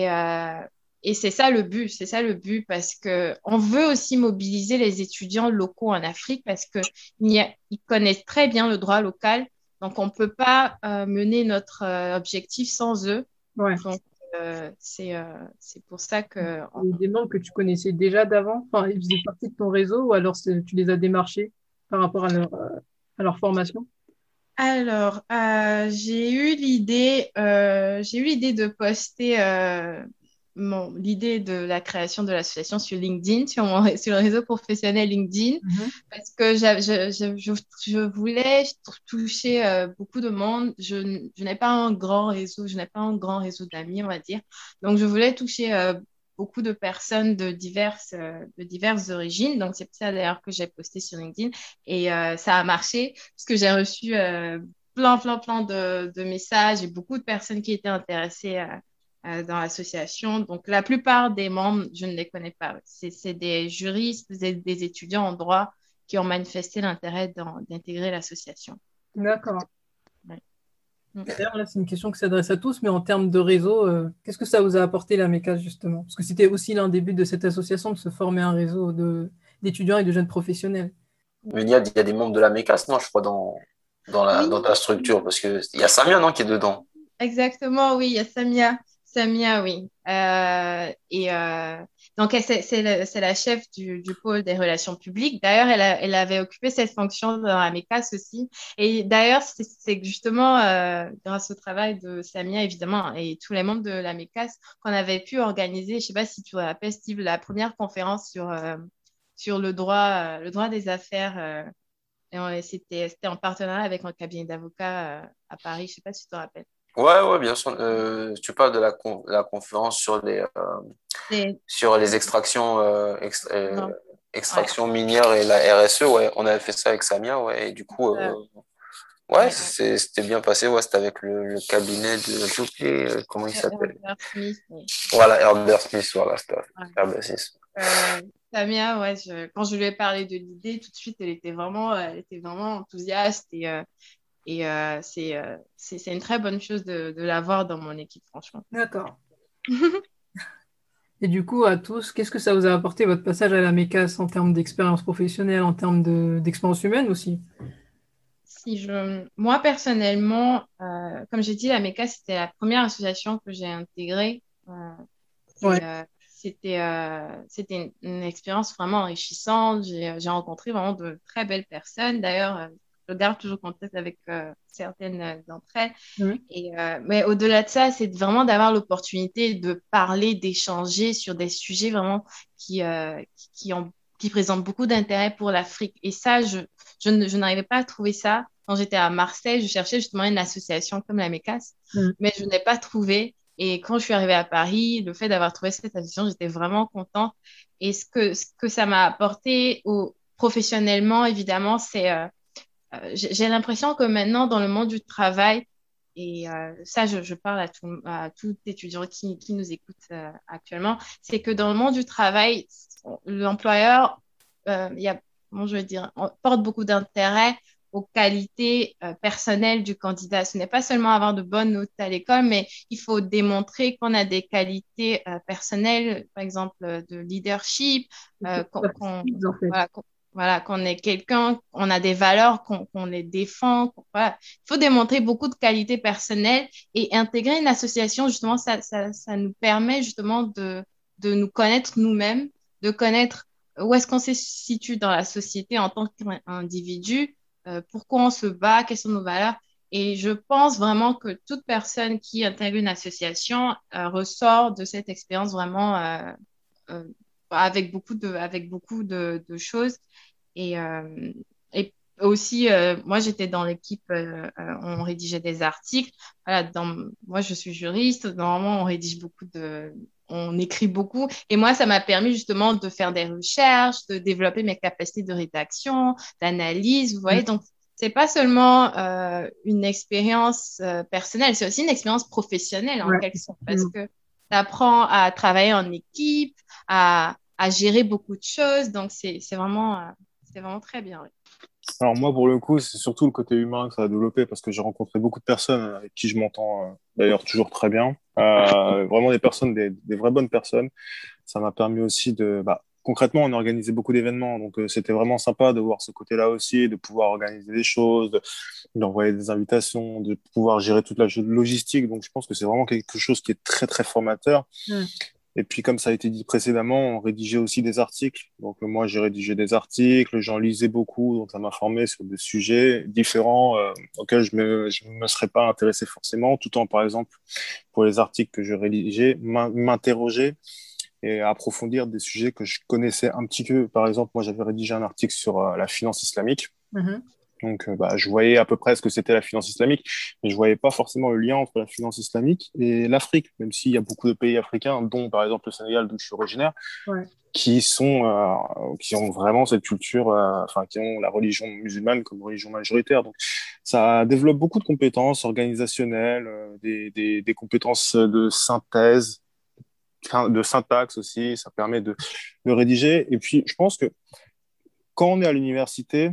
et c'est ça le but, parce que on veut aussi mobiliser les étudiants locaux en Afrique parce que ils connaissent très bien le droit local, donc on peut pas mener notre objectif sans eux. Ouais. Donc c'est pour ça que Des membres que tu connaissais déjà d'avant, enfin, ils faisaient partie de ton réseau ou alors tu les as démarchés par rapport à leur formation? Alors, j'ai eu l'idée de poster l'idée de la création de l'association sur LinkedIn, sur le réseau professionnel LinkedIn, parce que je voulais toucher beaucoup de monde. Je n'ai pas un grand réseau, d'amis, on va dire. Donc, je voulais toucher beaucoup de personnes de diverses origines. Donc, c'est pour ça d'ailleurs que j'ai posté sur LinkedIn et ça a marché parce que j'ai reçu plein de messages et beaucoup de personnes qui étaient intéressées dans l'association. Donc, la plupart des membres, je ne les connais pas. C'est des juristes, des étudiants en droit qui ont manifesté l'intérêt d'intégrer l'association. D'accord. Ouais. D'ailleurs, là, c'est une question qui s'adresse à tous, mais en termes de réseau, qu'est-ce que ça vous a apporté la MECAS, justement? Parce que c'était aussi l'un des buts de cette association, de se former un réseau d'étudiants et de jeunes professionnels. Mais il y a des membres de la MECAS, non, je crois, dans ta structure, parce qu'il y a Samia, non, qui est dedans. Exactement, oui, il y a Samia. Samia, oui. Donc, c'est la chef du pôle des relations publiques. D'ailleurs, elle avait occupé cette fonction dans la MECAS aussi. Et d'ailleurs, c'est justement grâce au travail de Samia, évidemment, et tous les membres de la MECAS qu'on avait pu organiser, je ne sais pas si tu te rappelles, Steve, la première conférence sur le droit des affaires. Et c'était en partenariat avec un cabinet d'avocats à Paris. Je ne sais pas si tu te rappelles. Ouais, bien sûr. Tu parles de la conférence sur les extractions, extractions minières et la RSE. Ouais, on avait fait ça avec Samia. Ouais, et du coup, ouais, c'était bien passé. Ouais, c'était avec le cabinet j'ai oublié, comment il s'appelle. Herbert Smith. Oui. Voilà, Herbert Smith. Voilà, c'était Herbert Smith. Samia, ouais, quand je lui ai parlé de l'idée, tout de suite, elle était vraiment enthousiaste et c'est une très bonne chose de l'avoir dans mon équipe, franchement. D'accord. Et du coup, à tous, qu'est-ce que ça vous a apporté votre passage à la MECAS en termes d'expérience professionnelle, en termes d'expérience humaine aussi? Moi, personnellement, comme j'ai dit, la MECAS, c'était la première association que j'ai intégrée. C'était une expérience vraiment enrichissante. J'ai rencontré vraiment de très belles personnes. D'ailleurs, je garde toujours contact avec certaines d'entre elles. Mais au-delà de ça, c'est vraiment d'avoir l'opportunité de parler, d'échanger sur des sujets vraiment qui présentent beaucoup d'intérêt pour l'Afrique. Et ça, je n'arrivais pas à trouver ça. Quand j'étais à Marseille, je cherchais justement une association comme la MECAS, mais je n'ai pas trouvé. Et quand je suis arrivée à Paris, le fait d'avoir trouvé cette association, j'étais vraiment contente. Et ce que ça m'a apporté professionnellement, évidemment, c'est j'ai l'impression que maintenant, dans le monde du travail, et ça, je parle à tout étudiant qui nous écoute actuellement, c'est que dans le monde du travail, l'employeur, il y a comment je veux dire, on porte beaucoup d'intérêt aux qualités personnelles du candidat. Ce n'est pas seulement avoir de bonnes notes à l'école, mais il faut démontrer qu'on a des qualités personnelles, par exemple de leadership, En fait. voilà, qu'on est quelqu'un, on a des valeurs, qu'on les défend. Voilà. Il faut démontrer beaucoup de qualités personnelles et intégrer une association, justement, ça nous permet justement de nous connaître nous-mêmes, de connaître où est-ce qu'on se situe dans la société en tant qu'individu, pourquoi on se bat, quelles sont nos valeurs. Et je pense vraiment que toute personne qui intègre une association ressort de cette expérience vraiment euh, avec beaucoup de choses. Et, et aussi, moi, j'étais dans l'équipe, on rédigeait des articles. Voilà, moi, je suis juriste. Normalement, on écrit beaucoup. Et moi, ça m'a permis justement de faire des recherches, de développer mes capacités de rédaction, d'analyse. Vous voyez, donc, c'est pas seulement une expérience personnelle, c'est aussi une expérience professionnelle en quelque sorte, parce que tu apprends à travailler en équipe, à gérer beaucoup de choses. Donc, c'est vraiment très bien. Oui. Alors moi, pour le coup, c'est surtout le côté humain que ça a développé parce que j'ai rencontré beaucoup de personnes avec qui je m'entends d'ailleurs toujours très bien. Vraiment des personnes, des vraies bonnes personnes. Ça m'a permis aussi concrètement, on a organisé beaucoup d'événements. Donc c'était vraiment sympa de voir ce côté-là aussi, de pouvoir organiser des choses, d'envoyer des invitations, de pouvoir gérer toute la logistique. Donc je pense que c'est vraiment quelque chose qui est très, très formateur. Et puis, comme ça a été dit précédemment, on rédigeait aussi des articles. Donc, moi, j'ai rédigé des articles, j'en lisais beaucoup, donc ça m'a formé sur des sujets différents auxquels je me serais pas intéressé forcément, tout en, par exemple, pour les articles que je rédigeais, m'interroger et approfondir des sujets que je connaissais un petit peu. Par exemple, moi, j'avais rédigé un article sur la finance islamique. Donc, je voyais à peu près ce que c'était la finance islamique, mais je voyais pas forcément le lien entre la finance islamique et l'Afrique, même s'il y a beaucoup de pays africains, dont par exemple le Sénégal, d'où je suis originaire, qui ont vraiment cette culture, qui ont la religion musulmane comme religion majoritaire. Donc, ça développe beaucoup de compétences organisationnelles, des compétences de synthèse, de syntaxe aussi. Ça permet de rédiger. Et puis, je pense que quand on est à l'université,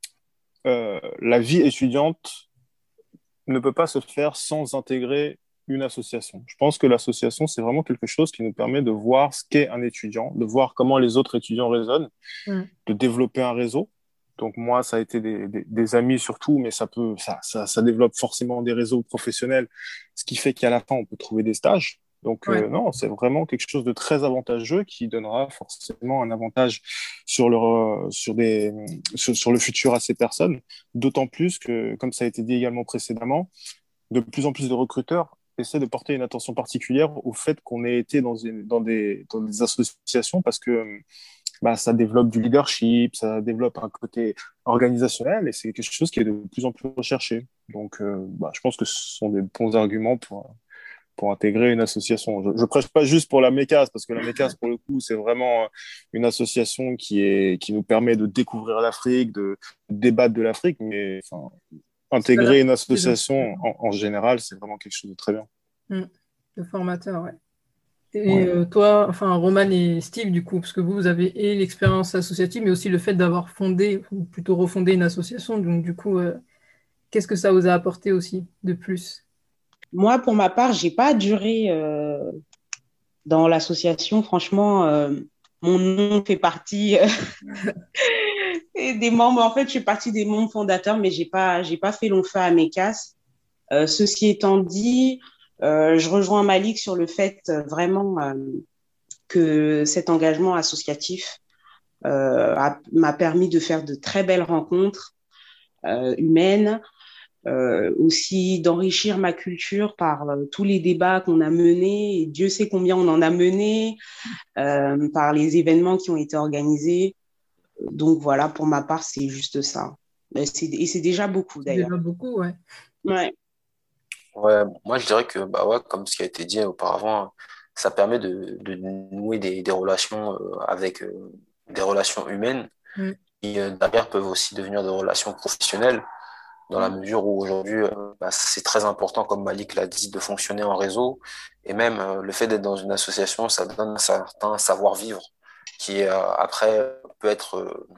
la vie étudiante ne peut pas se faire sans intégrer une association. Je pense que l'association, c'est vraiment quelque chose qui nous permet de voir ce qu'est un étudiant, de voir comment les autres étudiants raisonnent, de développer un réseau. Donc moi, ça a été des amis surtout, mais ça développe forcément des réseaux professionnels, ce qui fait qu'à la fin, on peut trouver des stages. Donc non, c'est vraiment quelque chose de très avantageux qui donnera forcément un avantage sur le futur à ces personnes. D'autant plus que, comme ça a été dit également précédemment, de plus en plus de recruteurs essaient de porter une attention particulière au fait qu'on ait été dans des associations parce que ça développe du leadership, ça développe un côté organisationnel et c'est quelque chose qui est de plus en plus recherché. Donc, je pense que ce sont des bons arguments pour intégrer une association. Je prêche pas juste pour la MECAS, parce que la MECAS, pour le coup, c'est vraiment une association qui nous permet de découvrir l'Afrique, de débattre de l'Afrique, mais intégrer une association en général, c'est vraiment quelque chose de très bien. Le formateur, ouais. Et toi, Roman et Steve, du coup, parce que vous avez l'expérience associative, mais aussi le fait d'avoir fondé, ou plutôt refondé une association, donc du coup, qu'est-ce que ça vous a apporté aussi de plus ? Moi, pour ma part, j'ai pas duré dans l'association. Franchement, mon nom fait partie des membres. En fait, je suis partie des membres fondateurs, mais j'ai pas fait long feu à MECAS. Ceci étant dit, je rejoins Malik sur le fait vraiment que cet engagement associatif m'a permis de faire de très belles rencontres humaines. Aussi d'enrichir ma culture par tous les débats qu'on a menés, et Dieu sait combien on en a menés, par les événements qui ont été organisés. Donc voilà, pour ma part, c'est juste ça. Et c'est déjà beaucoup d'ailleurs. Déjà beaucoup, ouais. Ouais. Ouais, moi je dirais que comme ce qui a été dit auparavant, ça permet de nouer des relations avec des relations humaines qui derrière peuvent aussi devenir des relations professionnelles. Dans la mesure où aujourd'hui, c'est très important, comme Malik l'a dit, de fonctionner en réseau. Et même le fait d'être dans une association, ça donne un certain savoir-vivre qui, après, peut être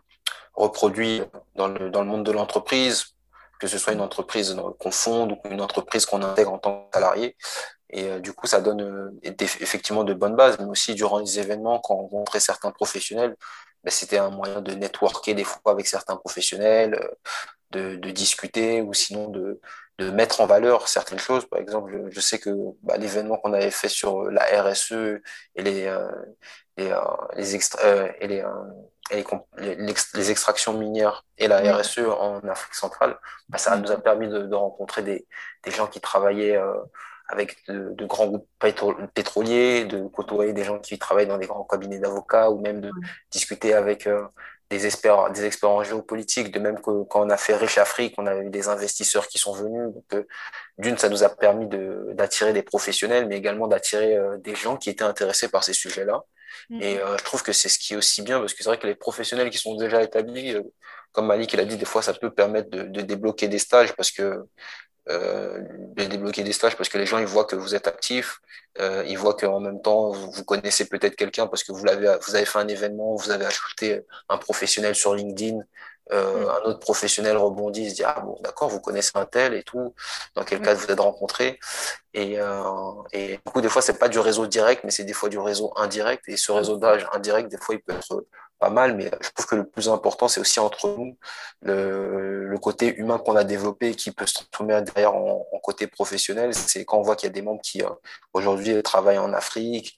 reproduit dans le monde de l'entreprise, que ce soit une entreprise qu'on fonde ou une entreprise qu'on intègre en tant que salarié. Et du coup, ça donne effectivement de bonnes bases, mais aussi durant les événements, quand on rencontrait certains professionnels, ben, c'était un moyen de networker des fois avec certains professionnels, de discuter ou sinon de mettre en valeur certaines choses. Par exemple, je sais que bah, l'événement qu'on avait fait sur la RSE et les, extra- et et les extractions minières et la Oui. RSE en Afrique centrale, bah, ça nous a permis de rencontrer des gens qui travaillaient avec de grands groupes pétroliers, de côtoyer des gens qui travaillent dans des grands cabinets d'avocats ou même de discuter avec des experts en géopolitique, de même que quand on a fait Riche Afrique, on a eu des investisseurs qui sont venus. Donc, d'une, ça nous a permis d'attirer des professionnels, mais également d'attirer des gens qui étaient intéressés par ces sujets-là. Et je trouve que c'est ce qui est aussi bien, parce que c'est vrai que les professionnels qui sont déjà établis, comme Malik il a dit, des fois ça peut permettre de débloquer des stages, parce que de débloquer des stages parce que les gens ils voient que vous êtes actif, ils voient qu'en même temps vous connaissez peut-être quelqu'un parce que vous avez fait un événement, vous avez ajouté un professionnel sur LinkedIn, un autre professionnel rebondit, il se dit ah bon d'accord vous connaissez un tel et tout, dans quel cas vous êtes rencontrés et du coup des fois c'est pas du réseau direct mais c'est des fois du réseau indirect et ce réseautage indirect des fois il peut être pas mal, mais je trouve que le plus important, c'est aussi entre nous, le côté humain qu'on a développé et qui peut se transformer derrière en côté professionnel. C'est quand on voit qu'il y a des membres qui, aujourd'hui, travaillent en Afrique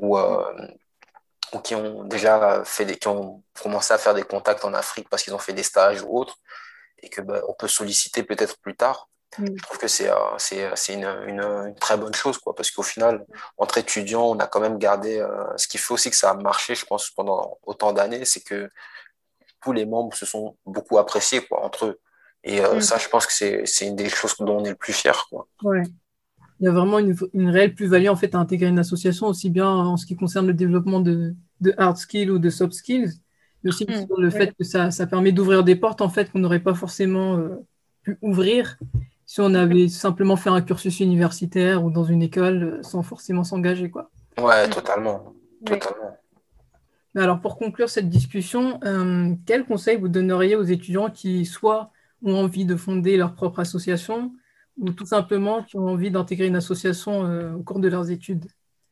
ou qui ont déjà qui ont commencé à faire des contacts en Afrique parce qu'ils ont fait des stages ou autres et que, bah, on peut solliciter peut-être plus tard. Je trouve que c'est une très bonne chose, quoi, parce qu'au final, entre étudiants, on a quand même gardé, ce qui fait aussi que ça a marché, je pense, pendant autant d'années, c'est que tous les membres se sont beaucoup appréciés, quoi, entre eux. Et ça, je pense que c'est une des choses dont on est le plus fier, quoi. Ouais. Il y a vraiment une réelle plus-value en fait à intégrer une association, aussi bien en ce qui concerne le développement de hard skills ou de soft skills, mais aussi sur le fait que ça permet d'ouvrir des portes en fait qu'on n'aurait pas forcément pu ouvrir si on avait simplement fait un cursus universitaire ou dans une école sans forcément s'engager, quoi. Ouais, totalement. Totalement. Mais alors pour conclure cette discussion, quels conseils vous donneriez aux étudiants qui soit ont envie de fonder leur propre association ou tout simplement qui ont envie d'intégrer une association au cours de leurs études?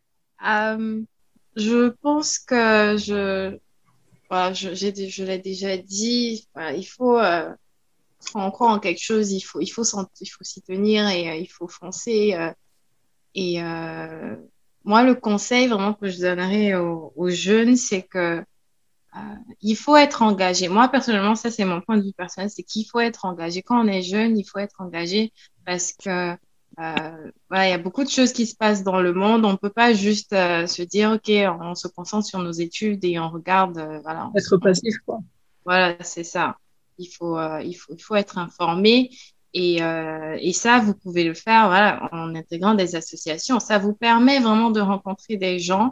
Je pense que voilà, je l'ai déjà dit, voilà, il faut, quand on croit en quelque chose, il faut s'y tenir et il faut foncer. Et moi, le conseil vraiment que je donnerais aux jeunes, c'est que il faut être engagé. Moi, personnellement, ça, c'est mon point de vue personnel, c'est qu'il faut être engagé. Quand on est jeune, il faut être engagé parce que voilà, il y a beaucoup de choses qui se passent dans le monde. On ne peut pas juste se dire, OK, on se concentre sur nos études et on regarde, voilà. Être passif, quoi. Voilà, c'est ça. Il faut être informé et ça, vous pouvez le faire, voilà, en intégrant des associations. Ça vous permet vraiment de rencontrer des gens,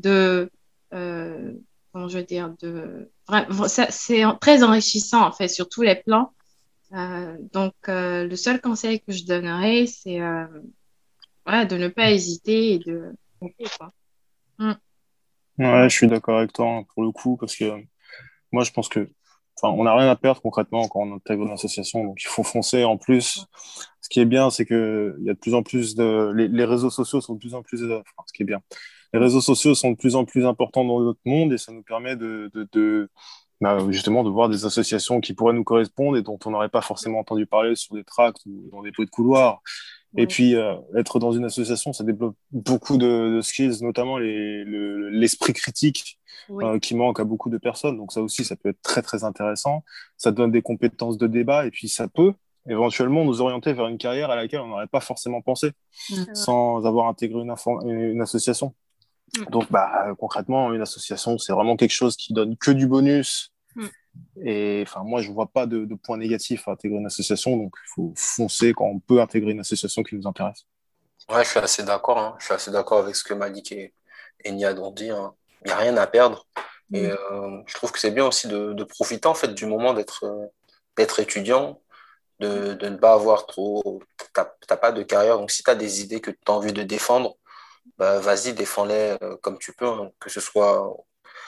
comment je veux dire, c'est très enrichissant, en fait, sur tous les plans. Donc, le seul conseil que je donnerais, c'est voilà, de ne pas hésiter et de monter, quoi. Ouais, je suis d'accord avec toi hein, pour le coup, parce que moi, je pense que, enfin, on n'a rien à perdre concrètement quand on intègre une association, donc il faut foncer. En plus, ce qui est bien, c'est que il y a de plus en plus les réseaux sociaux sont de plus en plus, enfin, ce qui est bien, les réseaux sociaux sont de plus en plus importants dans notre monde et ça nous permet bah, justement de voir des associations qui pourraient nous correspondre et dont on n'aurait pas forcément entendu parler sur des tracts ou dans des bruits de couloir. Et puis, être dans une association, ça développe beaucoup de skills, notamment l'esprit critique qui manque à beaucoup de personnes. Donc ça aussi, ça peut être très, très intéressant. Ça donne des compétences de débat et puis ça peut éventuellement nous orienter vers une carrière à laquelle on n'aurait pas forcément pensé sans avoir intégré une association. Donc, bah, concrètement, une association, c'est vraiment quelque chose qui donne que du bonus. Et enfin, moi, je vois pas de point négatif à intégrer une association, donc il faut foncer quand on peut intégrer une association qui nous intéresse. Ouais, je suis assez d'accord, hein. Je suis assez d'accord avec ce que Malik et Niad ont dit, hein. Il n'y a rien à perdre. Et je trouve que c'est bien aussi de profiter en fait du moment d'être étudiant, de ne pas avoir trop. T'as pas de carrière, donc si tu as des idées que tu as envie de défendre, bah, vas-y, défends-les comme tu peux, hein.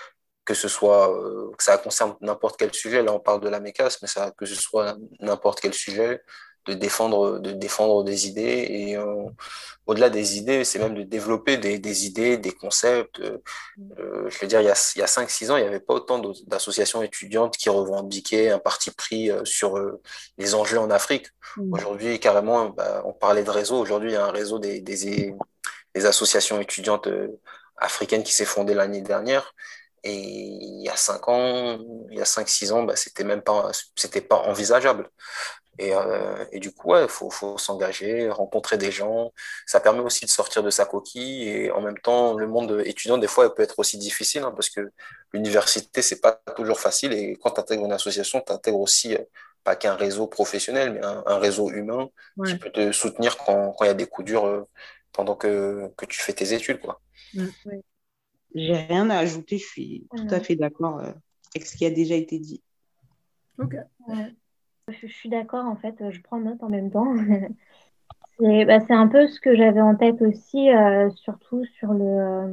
que ce soit que ça concerne n'importe quel sujet. Là, on parle de la MECAS, mais ça, que ce soit n'importe quel sujet, de défendre des idées. Et au-delà des idées, c'est même de développer des idées, des concepts. Je veux dire, il y a 5-6 ans, il n'y avait pas autant d'associations étudiantes qui revendiquaient un parti pris sur les enjeux en Afrique. Aujourd'hui, carrément, on parlait de réseau. Aujourd'hui, il y a un réseau des associations étudiantes africaine qui s'est fondée l'année dernière. Et il y a 5-6 ans, c'était pas envisageable. Et du coup, il faut s'engager, rencontrer des gens. Ça permet aussi de sortir de sa coquille. Et en même temps, le monde étudiant, des fois, il peut être aussi difficile, hein, parce que l'université, c'est pas toujours facile. Et quand tu intègres une association, tu intègres aussi pas qu'un réseau professionnel, mais un réseau humain qui peut te soutenir quand il y a des coups durs pendant que tu fais tes études, quoi. Ouais. J'ai rien à ajouter, je suis tout à fait d'accord avec ce qui a déjà été dit. Ok. Ouais. Je suis d'accord, en fait, je prends note en même temps. C'est un peu ce que j'avais en tête aussi, surtout sur le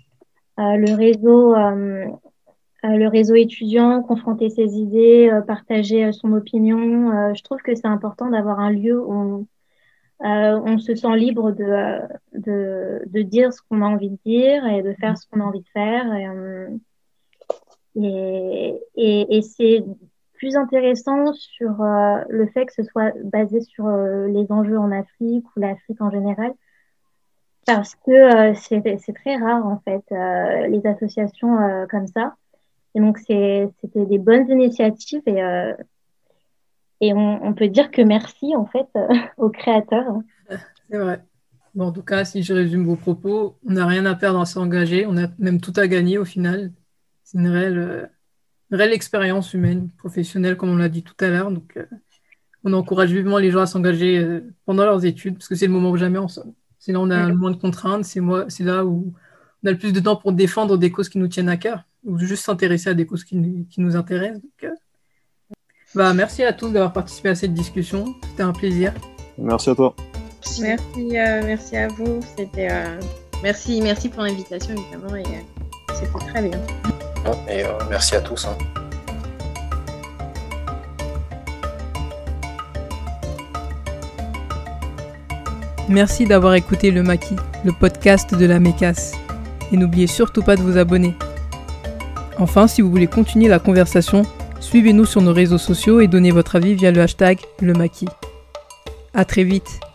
réseau étudiant, confronter ses idées, partager son opinion. Je trouve que c'est important d'avoir un lieu où on se sent libre de dire ce qu'on a envie de dire et de faire ce qu'on a envie de faire. Et c'est plus intéressant sur le fait que ce soit basé sur les enjeux en Afrique ou l'Afrique en général, parce que c'est très rare, en fait, les associations comme ça. Et donc, c'était des bonnes initiatives et on peut dire que merci, en fait, aux créateurs. C'est vrai. Bon, en tout cas, si je résume vos propos, on n'a rien à perdre à s'engager, on a même tout à gagner au final. C'est une réelle expérience humaine, professionnelle, comme on l'a dit tout à l'heure. Donc, on encourage vivement les gens à s'engager pendant leurs études, parce que c'est le moment ou jamais en somme. C'est là où on a le moins de contraintes, c'est là où on a le plus de temps pour défendre des causes qui nous tiennent à cœur, ou juste s'intéresser à des causes qui nous intéressent. Donc, merci à tous d'avoir participé à cette discussion. C'était un plaisir. Merci à toi. Merci à vous. Merci pour l'invitation, évidemment, et c'était très bien. Et merci à tous. Merci d'avoir écouté Le Maquis, le podcast de la MECAS. Et n'oubliez surtout pas de vous abonner. Enfin, si vous voulez continuer la conversation, suivez-nous sur nos réseaux sociaux et donnez votre avis via le hashtag Le Maquis. À très vite.